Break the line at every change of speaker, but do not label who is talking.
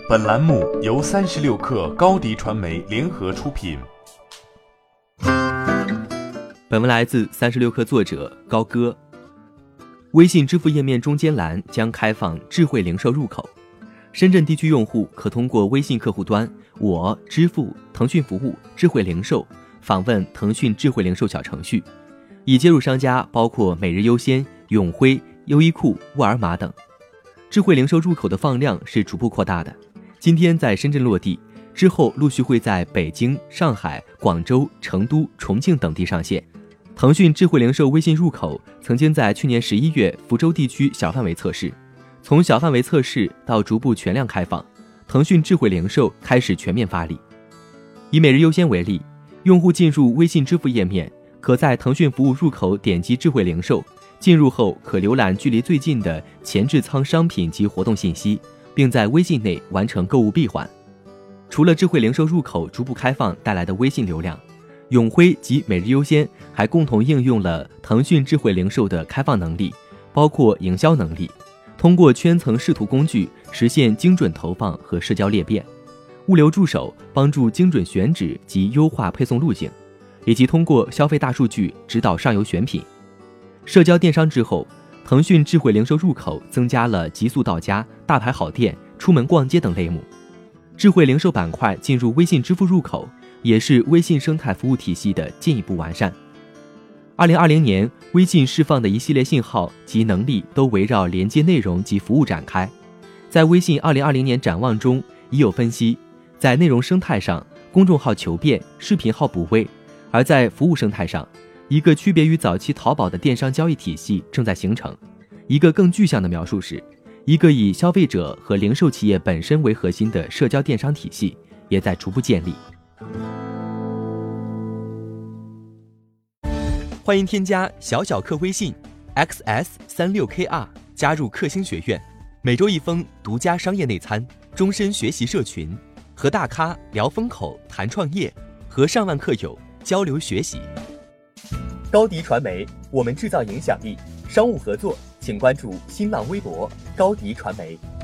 本栏目由36氪高迪传媒联合出品。
本文来自36氪作者高歌。微信支付页面中间栏将开放智慧零售入口，深圳地区用户可通过微信客户端、我、支付、腾讯服务、智慧零售访问腾讯智慧零售小程序，已接入商家包括每日优先、永辉、优衣库、沃尔玛等。智慧零售入口的放量是逐步扩大的，今天在深圳落地，之后陆续会在北京、上海、广州、成都、重庆等地上线。腾讯智慧零售微信入口曾经在去年11月福州地区小范围测试，从小范围测试到逐步全量开放，腾讯智慧零售开始全面发力。以每日优先为例，用户进入微信支付页面，可在腾讯服务入口点击智慧零售，进入后可浏览距离最近的前置仓商品及活动信息，并在微信内完成购物闭环。除了智慧零售入口逐步开放带来的微信流量，永辉及每日优先还共同应用了腾讯智慧零售的开放能力，包括营销能力，通过圈层视图工具实现精准投放和社交裂变，物流助手帮助精准选址及优化配送路径，以及通过消费大数据指导上游选品。社交电商之后，腾讯智慧零售入口增加了极速到家、大牌好店、出门逛街等类目。智慧零售板块进入微信支付入口，也是微信生态服务体系的进一步完善。2020年，微信释放的一系列信号及能力都围绕连接内容及服务展开。在微信2020年展望中，已有分析，在内容生态上，公众号求变，视频号补位；而在服务生态上，一个区别于早期淘宝的电商交易体系正在形成。一个更具象的描述是，一个以消费者和零售企业本身为核心的社交电商体系也在逐步建立。欢迎添加小小客微信 XS36KR 加入克星学院，每周一封独家商业内参，终身学习社群，和大咖聊风口谈创业，和上万客友交流学习。高迪传媒，我们制造影响力。商务合作请关注新浪微博高迪传媒。